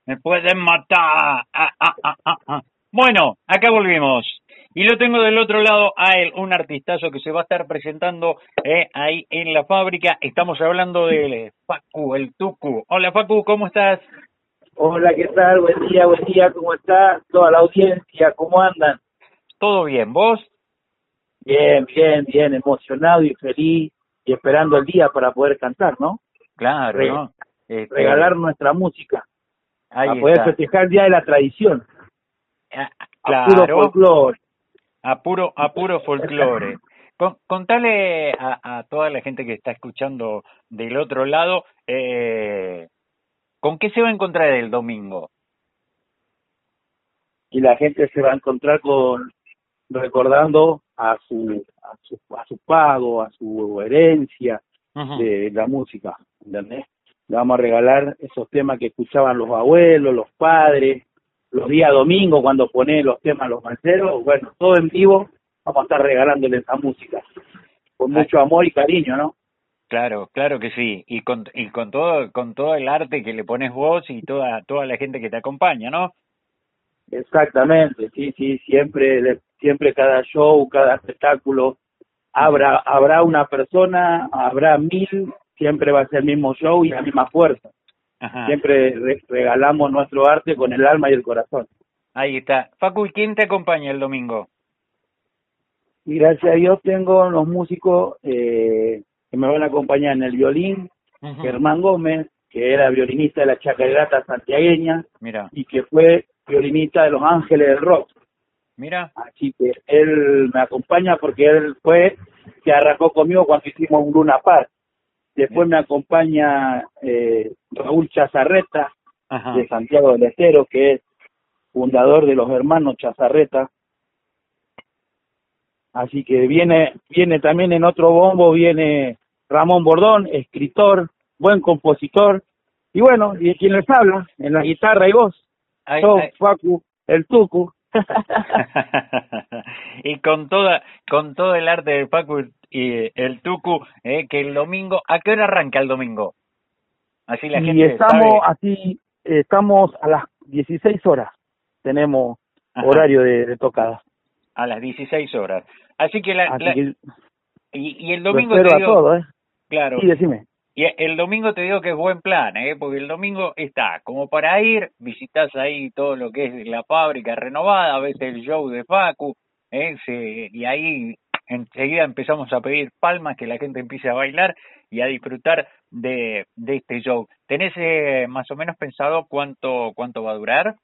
Me pueden matar. Bueno, acá volvimos. Y lo tengo del otro lado a él, un artistazo que se va a estar presentando ahí en la fábrica. Estamos hablando de Facu, el Tucu. Hola Facu, ¿cómo estás? Hola, ¿qué tal? Buen día, ¿cómo está toda la audiencia? ¿Cómo andan? ¿Todo bien? ¿Vos? Bien, bien, bien, emocionado y feliz y esperando el día para poder cantar, ¿no? Claro, Re- ¿no? regalar nuestra música, a Ahí poder está. festejar el Día de la Tradición, a puro Claro, folclore. a puro folclore. Contale a toda la gente que está escuchando del otro lado, ¿con qué se va a encontrar el domingo? Y la gente se va a encontrar recordando a su pago, a su herencia Ujú. de la música, ¿entendés? Le vamos a regalar esos temas que escuchaban los abuelos, los padres, los días domingos cuando ponen los temas los manceros, bueno, todo en vivo, vamos a estar regalándole esa música, con Ah, mucho amor y cariño, ¿no? claro, claro que sí. Con todo el arte que le pones vos y toda la gente que te acompaña, ¿no? Exactamente, sí, sí, siempre cada show, cada espectáculo, Ujú. habrá una persona, habrá 1000, siempre va a ser el mismo show y la misma fuerza. Ajá. Siempre regalamos nuestro arte con el alma y el corazón. Ahí está. Facu, ¿y quién te acompaña el domingo? Y gracias a Dios tengo los músicos que me van a acompañar en el violín, Ujú. Germán Gómez, que era violinista de la Chacarerata santiagueña Mira, y que fue violinista de Los Ángeles del Rock. mira. Así que él me acompaña porque él fue que arrancó conmigo cuando hicimos un Luna Park. Mira. Después me acompaña Raúl Chazarreta Ajá. de Santiago del Estero, que es fundador de los hermanos Chazarreta. Así que viene también en otro bombo, viene Ramón Bordón, escritor, buen compositor, y bueno, y quien les habla, en la guitarra y voz, Ay, yo, ay. Facu, el Tucu. Y con todo el arte de Facu y el Tucu, que el domingo, ¿a qué hora arranca el domingo? Así la Y gente estamos sabe. así, estamos a las 16 horas, tenemos Ajá, horario de tocada. a las 16 horas. Así que Así que y el lo domingo te espero a digo, todos, ¿eh? claro, Sí, decime. y el domingo te digo que es buen plan, porque el domingo está como para ir, visitas ahí todo lo que es la fábrica renovada, ves el show de Facu, y ahí enseguida empezamos a pedir palmas, que la gente empiece a bailar y a disfrutar de este show. ¿Tenés más o menos pensado cuánto va a durar?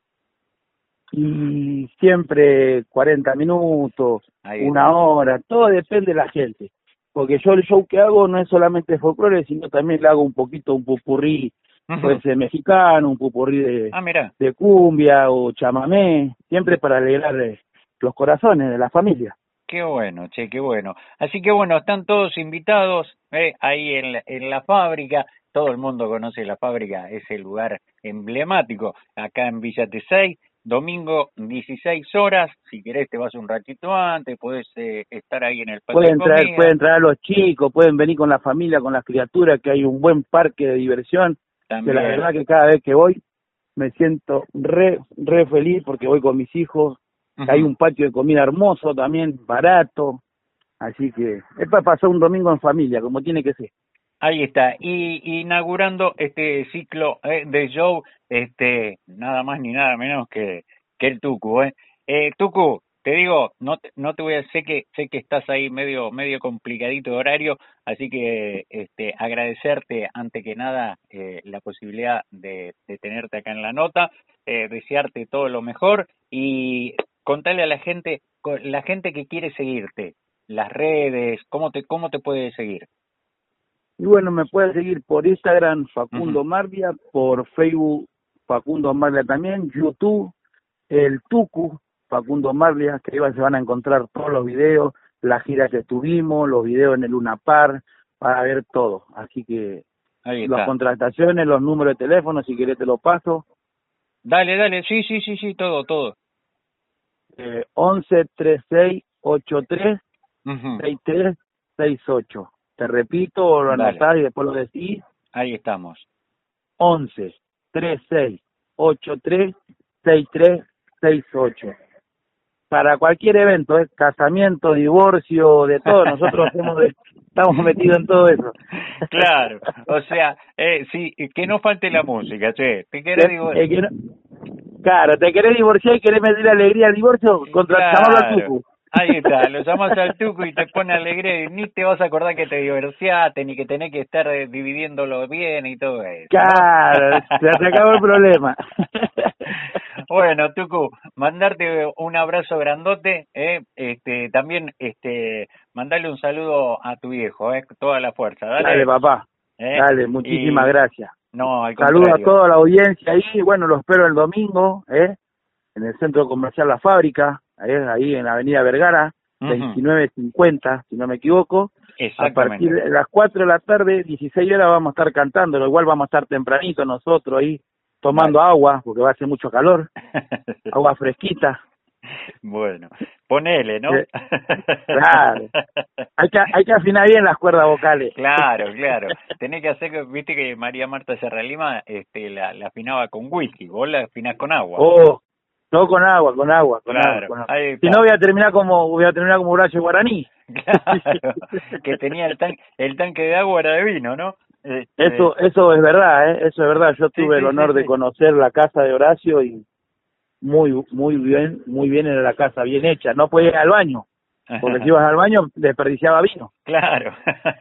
Y siempre 40 minutos, Ahí una está. hora, todo depende de la gente. Porque yo el show que hago no es solamente folclore, sino también le hago un poquito un pupurrí, puede Ujú. ser mexicano, un pupurrí Ah, mira. de cumbia o chamamé, siempre para alegrar los corazones de la familia. Qué bueno, che, qué bueno. Así que bueno, están todos invitados ahí en la fábrica. Todo el mundo conoce la fábrica, es el lugar emblemático acá en Villa Tesey. Domingo, 16 horas. Si querés, te vas un ratito antes, podés estar ahí en el patio de comida Pueden traer los chicos, pueden venir con la familia, con las criaturas, que hay un buen parque de diversión, que la también. verdad que cada vez que voy me siento re feliz porque voy con mis hijos, hay Ujú. un patio de comida hermoso también, barato, así que es para pasar un domingo en familia, como tiene que ser. Ahí está, y inaugurando este ciclo de show, nada más ni nada menos que el Tucu, ¿eh? Tucu, te digo, no te voy a, sé que estás ahí medio complicadito de horario, así que agradecerte ante que nada la posibilidad de tenerte acá en la nota, desearte todo lo mejor y contarle a la gente que quiere seguirte, las redes, cómo te puede seguir. Y bueno, me pueden seguir por Instagram Ujú. Facundo Marvia, por Facebook Facundo Marvia también, YouTube, el Tucu Facundo Marvia, que ahí se van a encontrar todos los videos, la gira que tuvimos, los videos en el Luna Park, para ver todo. Así que Ahí las está. contrataciones, los números de teléfono, si querés te los paso, Dale, dale, sí, sí, sí, sí, todo. 11 36 83 Ujú. 63 68. Te repito, lo Dale, anotás y después lo decís, ahí estamos. 11 36 983-6368. Para cualquier evento, casamiento, divorcio, de todo, nosotros estamos metidos en todo eso. Claro, o sea, sí, que no falte la música, che. ¿Te querés divorciar? Claro, te querés divorciar y querés meter alegría al divorcio, llamarlo al Claro, Tucu. ahí está, lo llamas al Tucu y te pone alegría y ni te vas a acordar que te divorciaste, ni que tenés que estar dividiéndolo bien y todo eso, ¿no? Claro, se acabó el problema. Bueno, Tucu, mandarte un abrazo grandote, también, mandarle un saludo a tu viejo, toda la fuerza, dale. Dale, papá, ¿Eh? dale, muchísimas gracias. No, al Saludos a contrario. toda la audiencia ahí, bueno, lo espero el domingo, en el Centro Comercial La Fábrica, ahí en la Avenida Vergara, 2950, si no me equivoco. A partir de las 4 de la tarde, 16 horas, vamos a estar cantando, igual vamos a estar tempranito nosotros ahí, tomando agua, porque va a hacer mucho calor, agua fresquita. Bueno, ponele, ¿no? Claro, hay que afinar bien las cuerdas vocales. Claro, claro. Tenés que hacer, viste que María Marta Serralima la afinaba con whisky, vos la afinás con agua. Oh, no con agua, con agua. Si no voy a terminar como Horacio Guaraní. Claro, que tenía el tanque de agua era de vino, ¿no? Eso es verdad, eso es verdad. Yo tuve el honor de conocer la casa de Horacio y muy bien era la casa, bien hecha. No podía ir al baño, porque si ibas al baño desperdiciaba vino. Claro,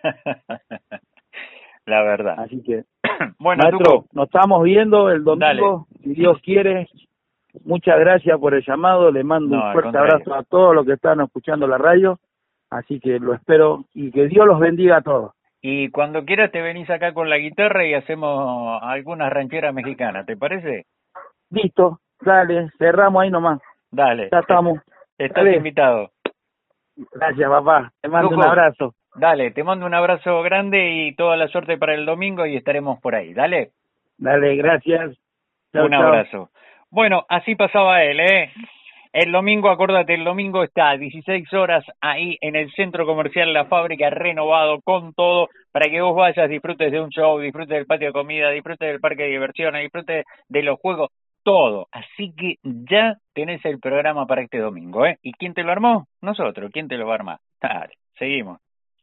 la verdad. Así que, bueno, maestro, nos estamos viendo el domingo, si Dios quiere. Muchas gracias por el llamado, le mando un fuerte abrazo a todos los que están escuchando la radio, así que lo espero y que Dios los bendiga a todos. Y cuando quieras te venís acá con la guitarra y hacemos algunas rancheras mexicanas, ¿te parece? Listo, dale, cerramos ahí nomás. Dale. Ya estamos. Estás invitado. Gracias, papá, te mando un abrazo. Dale, te mando un abrazo grande y toda la suerte para el domingo y estaremos por ahí, dale. Dale, gracias. Chau, un abrazo. Bueno, así pasaba él, El domingo, acordate, el domingo está a 16 horas ahí en el Centro Comercial La Fábrica, renovado con todo, para que vos vayas, disfrutes de un show, disfrutes del patio de comida, disfrutes del parque de diversiones, disfrutes de los juegos, todo. Así que ya tenés el programa para este domingo, ¿Y quién te lo armó? Nosotros. ¿Quién te lo va a armar? Dale, seguimos.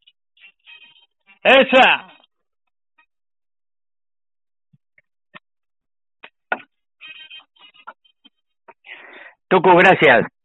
¡Esa! Tucu, gracias.